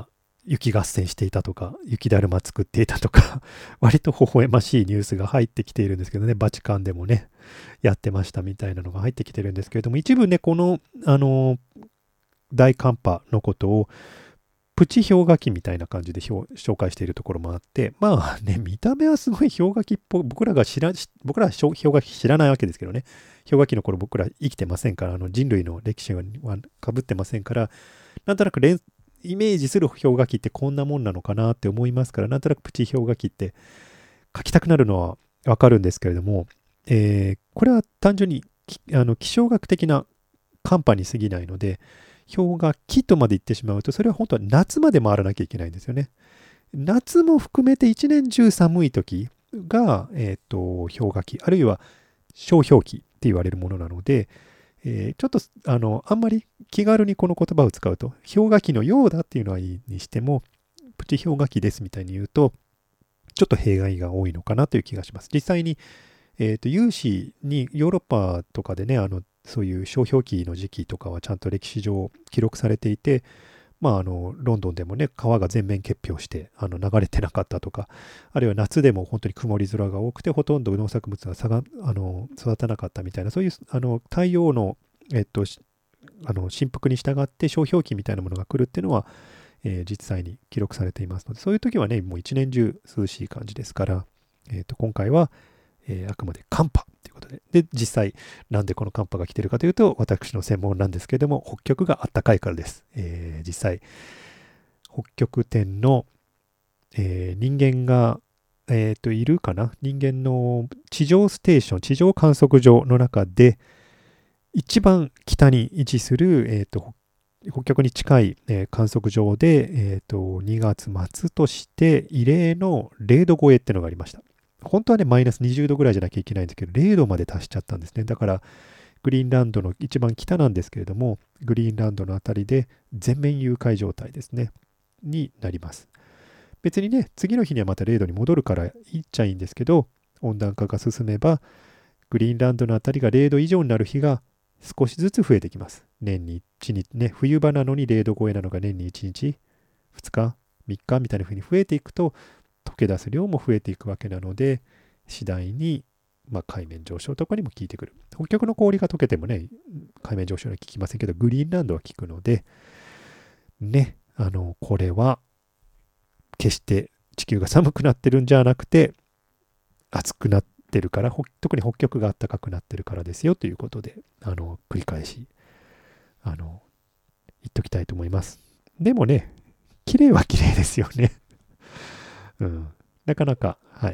雪合戦していたとか、雪だるま作っていたとか、割と微笑ましいニュースが入ってきているんですけどね、バチカンでもね、やってましたみたいなのが入ってきてるんですけれども、一部ね、この、大寒波のことを、プチ氷河期みたいな感じで紹介しているところもあって、まあね、見た目はすごい氷河期っぽい、僕らは氷河期知らないわけですけどね、氷河期の頃僕ら生きてませんから、人類の歴史はかぶってませんから、なんとなくイメージする氷河期ってこんなもんなのかなって思いますから、なんとなくプチ氷河期って書きたくなるのはわかるんですけれども、これは単純に気象学的な寒波に過ぎないので、氷河期とまで言ってしまうと、それは本当は夏まで回らなきゃいけないんですよね。夏も含めて一年中寒い時が、氷河期、あるいは小氷期って言われるものなので、ちょっとあんまり気軽にこの言葉を使うと、氷河期のようだっていうのはいいにしても、プチ氷河期ですみたいに言うと、ちょっと弊害が多いのかなという気がします。実際に、有史にヨーロッパとかでね、そういう小氷期の時期とかはちゃんと歴史上記録されていて、まあ、ロンドンでもね、川が全面結氷して、流れてなかったとか、あるいは夏でも本当に曇り空が多くて、ほとんど農作物が育たなかったみたいな、そういう、太陽の、振幅に従って小氷期みたいなものが来るっていうのは、実際に記録されていますので、そういう時はね、もう一年中涼しい感じですから、今回は、あくまで寒波ということで、実際、なんでこの寒波が来ているかというと、私の専門なんですけれども、北極があったかいからです。実際、北極点の、人間が、いるかな、人間の地上ステーション、地上観測所の中で、一番北に位置する、北極に近い、観測所で、2月末として異例の0度超えっていうのがありました。本当はね、マイナス20度ぐらいじゃなきゃいけないんですけど、0度まで達しちゃったんですね。だから、グリーンランドの一番北なんですけれども、グリーンランドのあたりで全面融解状態ですね、になります。別にね、次の日にはまた0度に戻るからいいっちゃいいんですけど、温暖化が進めば、グリーンランドのあたりが0度以上になる日が少しずつ増えてきます。年に1日ね、冬場なのに0度超えなのが年に1日、2日、3日みたいな風に増えていくと、溶け出す量も増えていくわけなので、次第に、海面上昇とかにも効いてくる。北極の氷が溶けてもね、海面上昇には効きませんけど、グリーンランドは効くので、ね、これは、決して地球が寒くなってるんじゃなくて、暑くなってるから、特に北極が暖かくなってるからですよということで、繰り返し、言っときたいと思います。でもね、綺麗は綺麗ですよね。うん。なかなか、はい。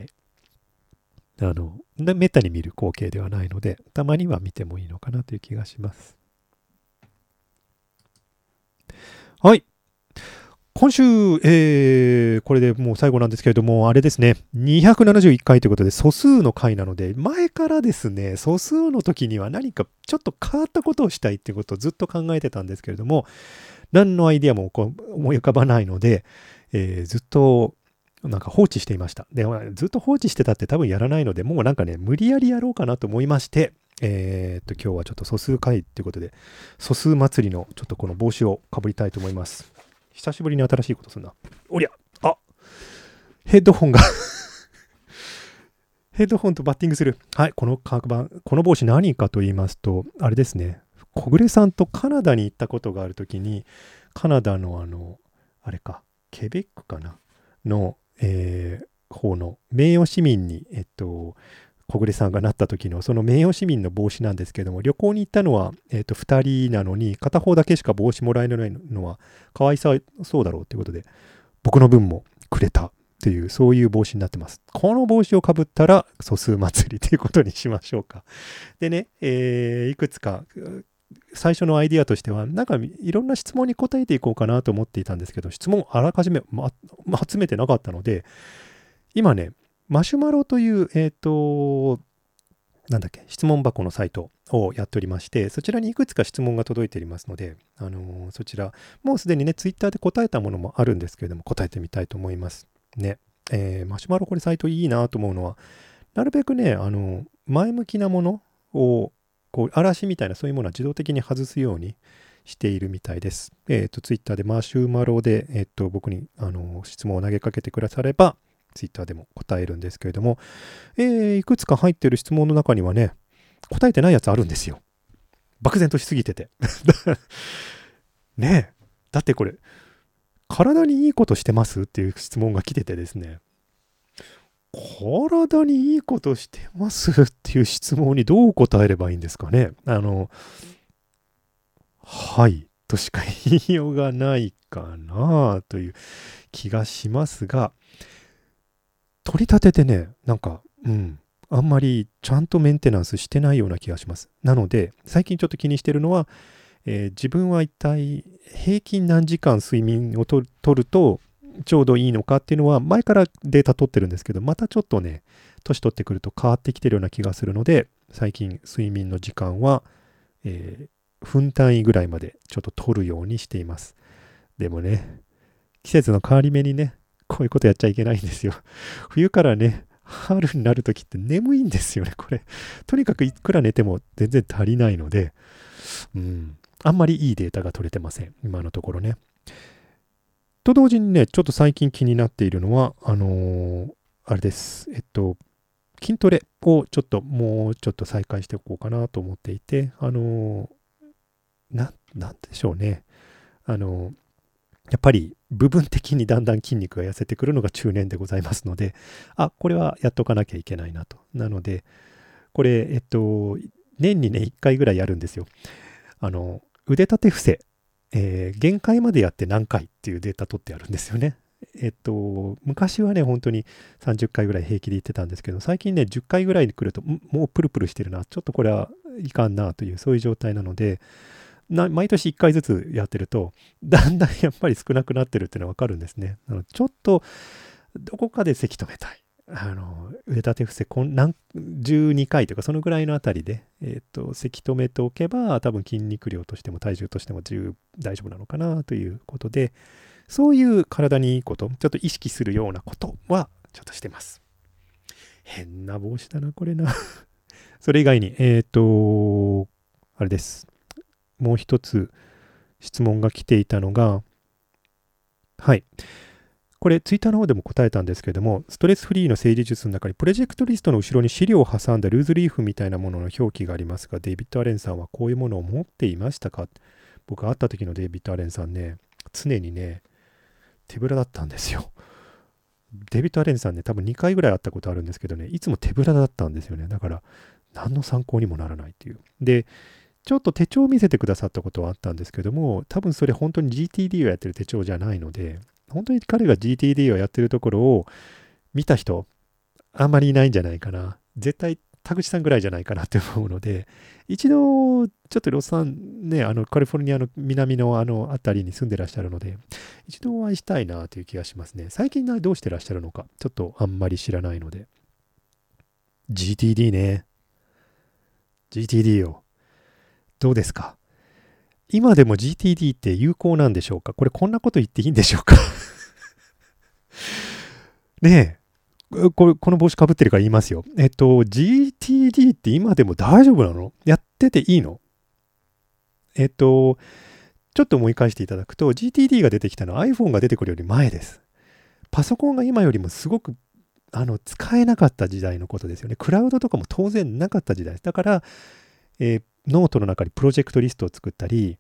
めったに見る光景ではないので、たまには見てもいいのかなという気がします。はい。今週、これでもう最後なんですけれども、あれですね、271回ということで素数の回なので、前からですね、素数の時には何かちょっと変わったことをしたいっていうことをずっと考えてたんですけれども、何のアイデアも思い浮かばないので、ずっとなんか放置していました。で、ずっと放置してたって多分やらないので、もうなんかね、無理やりやろうかなと思いまして、今日はちょっと素数回ということで、素数祭りのちょっとこの帽子をかぶりたいと思います。久しぶりに新しいことするな。おりゃ、ヘッドホンがヘッドホンとバッティングする。はい、この帽子何かと言いますと、あれですね、小暮さんとカナダに行ったことがあるときに、カナダのあれか、ケベックかなの、方の名誉市民に、小暮さんがなった時のその名誉市民の帽子なんですけども、旅行に行ったのは、2人なのに片方だけしか帽子もらえないのはかわいそうだろうということで、僕の分もくれたという、そういう帽子になってます。この帽子をかぶったら素数祭りということにしましょうか。でね、いくつか最初のアイディアとしては、なんかいろんな質問に答えていこうかなと思っていたんですけど、質問あらかじめ、集めてなかったので、今ね、マシュマロという、なんだっけ、質問箱のサイトをやっておりまして、そちらにいくつか質問が届いておりますので、そちら、もうすでにね、ツイッターで答えたものもあるんですけれども、答えてみたいと思います。ね。マシュマロこれサイトいいなと思うのは、なるべくね、前向きなものを、こう、嵐みたいなそういうものは自動的に外すようにしているみたいです。ツイッターでマシュマロで、僕に質問を投げかけてくだされば、ツイッターでも答えるんですけれども、いくつか入ってる質問の中にはね、答えてないやつあるんですよ。漠然としすぎてて。ねえ。だってこれ、体にいいことしてますっていう質問が来ててですね、体にいいことしてますっていう質問にどう答えればいいんですかね。はいとしか言いようがないかなという気がしますが、取り立ててね、なんか、あんまりちゃんとメンテナンスしてないような気がします。なので、最近ちょっと気にしてるのは、自分は一体平均何時間睡眠をとるとちょうどいいのかっていうのは前からデータ取ってるんですけど、またちょっとね、年取ってくると変わってきてるような気がするので、最近睡眠の時間は、分単位ぐらいまでちょっと取るようにしています。でもね、季節の変わり目にね、こういうことやっちゃいけないんですよ。冬からね、春になるときって眠いんですよね、これ。とにかくいくら寝ても全然足りないので、あんまりいいデータが取れてません、今のところね。と同時にね、ちょっと最近気になっているのは、あれです。筋トレをちょっともうちょっと再開しておこうかなと思っていて、なんでしょうね。やっぱり部分的にだんだん筋肉が痩せてくるのが中年でございますので、これはやっとかなきゃいけないなと。なので、これ、年にね、1回ぐらいやるんですよ。腕立て伏せ、限界までやって何回っていうデータ取ってあるんですよね。昔はね、本当に30回ぐらい平気で言ってたんですけど、最近ね、10回ぐらいに来ると、もうプルプルしてるな、ちょっとこれはいかんなという、そういう状態なので、毎年1回ずつやってると、だんだんやっぱり少なくなってるっていうのはわかるんですね。ちょっと、どこかでせき止めたい。腕立て伏せ12回とかそのぐらいのあたりで、せき止めておけば多分筋肉量としても体重としても大丈夫なのかなということで、そういう体にいいこと、ちょっと意識するようなことはちょっとしてます。変な帽子だな、これな。それ以外に、あれです。もう一つ質問が来ていたのが、はい。これ、ツイッターの方でも答えたんですけれども、ストレスフリーの政治術の中に、プロジェクトリストの後ろに資料を挟んだルーズリーフみたいなものの表記がありますが、デイビッド・アレンさんはこういうものを持っていましたか？僕が会った時のデイビッド・アレンさんね、常にね、手ぶらだったんですよ。デイビッド・アレンさんね、多分2回ぐらい会ったことあるんですけどね、いつも手ぶらだったんですよね。だから、何の参考にもならないっていう。で、ちょっと手帳を見せてくださったことはあったんですけども、多分それ本当に GTD をやってる手帳じゃないので、本当に彼が GTD をやってるところを見た人、あんまりいないんじゃないかな。絶対田口さんぐらいじゃないかなって思うので、一度、ちょっとロサン、ね、カリフォルニアの南のあたりに住んでらっしゃるので、一度お会いしたいなという気がしますね。最近どうしてらっしゃるのか、ちょっとあんまり知らないので。GTD ね。GTD よ。どうですか？今でも GTD って有効なんでしょうか？これこんなこと言っていいんでしょうか？ねえ、この帽子かぶってるから言いますよ。GTD って今でも大丈夫なの？やってていいの？ちょっと思い返していただくと、GTD が出てきたのは iPhone が出てくるより前です。パソコンが今よりもすごく使えなかった時代のことですよね。クラウドとかも当然なかった時代です。だから、ノートの中にプロジェクトリストを作ったり、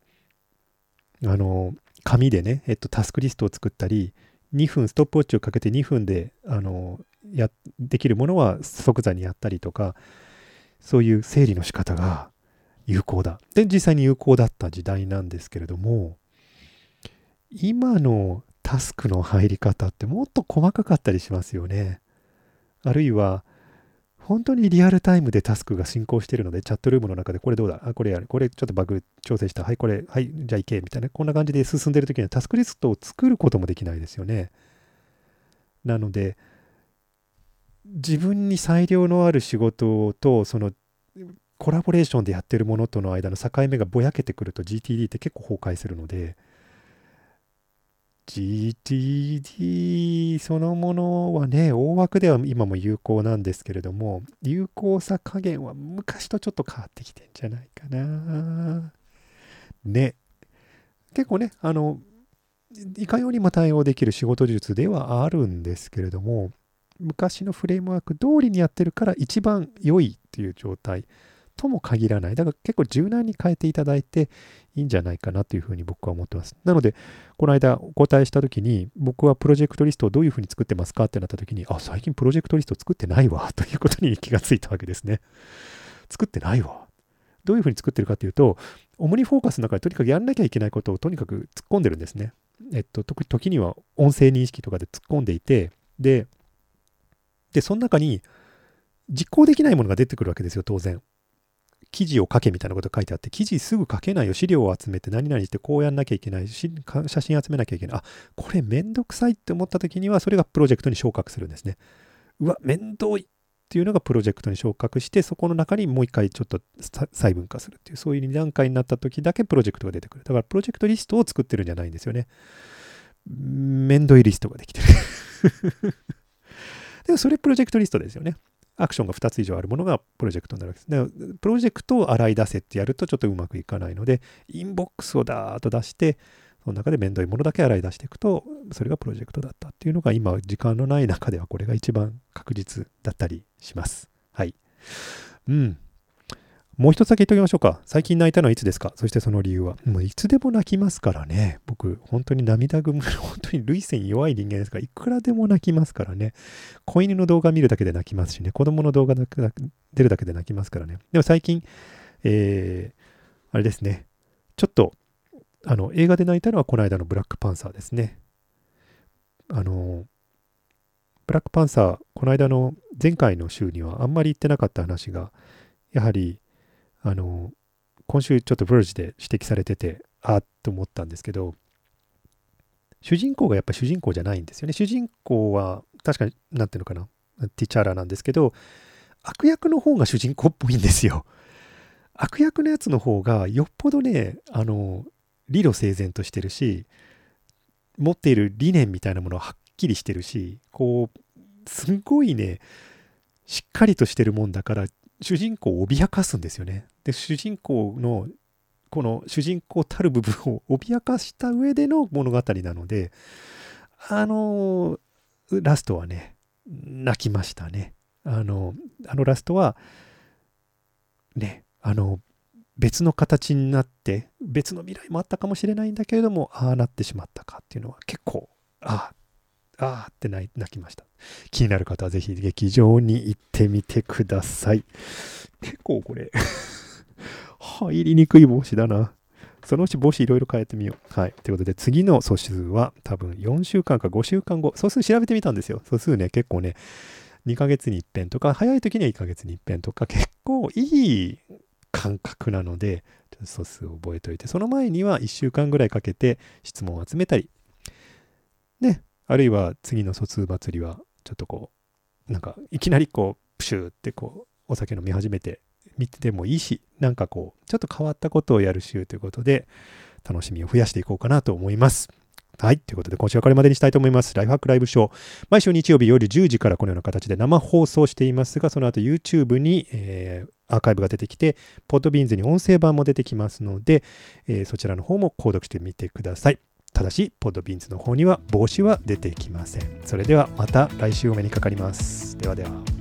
紙でね、タスクリストを作ったり、2分、ストップウォッチをかけて2分で、できるものは即座にやったりとか、そういう整理の仕方が有効だ。で、実際に有効だった時代なんですけれども、今のタスクの入り方ってもっと細かかったりしますよね。あるいは、本当にリアルタイムでタスクが進行しているので、チャットルームの中でこれどうだ、これやる、これちょっとバグ調整した、はい、これ、はい、じゃあ行け、みたいな、こんな感じで進んでいるときにはタスクリストを作ることもできないですよね。なので、自分に裁量のある仕事と、そのコラボレーションでやってるものとの間の境目がぼやけてくると GTD って結構崩壊するので、GTD そのものはね、大枠では今も有効なんですけれども、有効さ加減は昔とちょっと変わってきてんじゃないかな。ね。 結構ね、いかようにも対応できる仕事術ではあるんですけれども、昔のフレームワーク通りにやってるから一番良いっていう状態とも限らない。だから結構柔軟に変えていただいていいんじゃないかなというふうに僕は思ってます。なので、この間お答えしたときに、僕はプロジェクトリストをどういうふうに作ってますかってなったときに、最近プロジェクトリスト作ってないわということに気がついたわけですね。作ってないわ。どういうふうに作ってるかというと、オムニフォーカスの中でとにかくやんなきゃいけないことをとにかく突っ込んでるんですね。時には音声認識とかで突っ込んでいて、で、その中に実行できないものが出てくるわけですよ、当然。記事を書けみたいなことが書いてあって、記事すぐ書けないよ、資料を集めて何々してこうやんなきゃいけないし、写真集めなきゃいけない。これめんどくさいって思った時には、それがプロジェクトに昇格するんですね。めんどいっていうのがプロジェクトに昇格して、そこの中にもう一回ちょっと細分化するっていう、そういう2段階になった時だけプロジェクトが出てくる。だからプロジェクトリストを作ってるんじゃないんですよね。めんどいリストができてる。でもそれプロジェクトリストですよね。アクションが2つ以上あるものがプロジェクトになるわけです。でプロジェクトを洗い出せってやるとちょっとうまくいかないので、インボックスをダーッと出して、その中でめんどいものだけ洗い出していくと、それがプロジェクトだったっていうのが今、時間のない中ではこれが一番確実だったりします。はい。もう一つだけ言っておきましょうか。最近泣いたのはいつですか？そしてその理由は。もういつでも泣きますからね。僕、本当に涙ぐむ、本当に涙腺弱い人間ですから、いくらでも泣きますからね。子犬の動画見るだけで泣きますしね。子供の動画出るだけで泣きますからね。でも最近、あれですね。ちょっと、映画で泣いたのはこの間のブラックパンサーですね。ブラックパンサー、この間の前回の週にはあんまり言ってなかった話が、やはり、今週ちょっとブルージで指摘されてて、と思ったんですけど、主人公がやっぱ主人公じゃないんですよね。主人公は確かに、なんていうのかな、ティチャーラなんですけど、悪役の方が主人公っぽいんですよ。悪役のやつの方がよっぽどね、理路整然としてるし、持っている理念みたいなものははっきりしてるし、こう、すごいね、しっかりとしてるもんだから、主人公を脅かすんですよね。で、主人公のこの主人公たる部分を脅かした上での物語なので、ラストはね、泣きましたね。ラストは、ね、別の形になって、別の未来もあったかもしれないんだけれども、なってしまったかっていうのは結構、って泣きました。気になる方はぜひ劇場に行ってみてください。結構これ入りにくい帽子だな。そのうち帽子いろいろ変えてみよう。はい。ということで次の素数は多分4週間か5週間後。素数調べてみたんですよ。素数ね、結構ね、2ヶ月に一遍とか、早い時には1ヶ月に一遍とか、結構いい感覚なので、素数を覚えておいて、その前には1週間ぐらいかけて質問を集めたり、ね、あるいは次の素数祭りは、ちょっとこう、なんかいきなりこう、プシューってこう、お酒飲み始めて見てもいいし、なんかこう、ちょっと変わったことをやる週ということで、楽しみを増やしていこうかなと思います。はい。ということで、今週はこれまでにしたいと思います。ライフハックライブショー。毎週日曜日夜10時からこのような形で生放送していますが、その後 YouTube に、アーカイブが出てきて、ポッドビーンズに音声版も出てきますので、そちらの方も購読してみてください。ただし、ポッドビーンズの方には帽子は出てきません。それではまた来週お目にかかります。ではでは。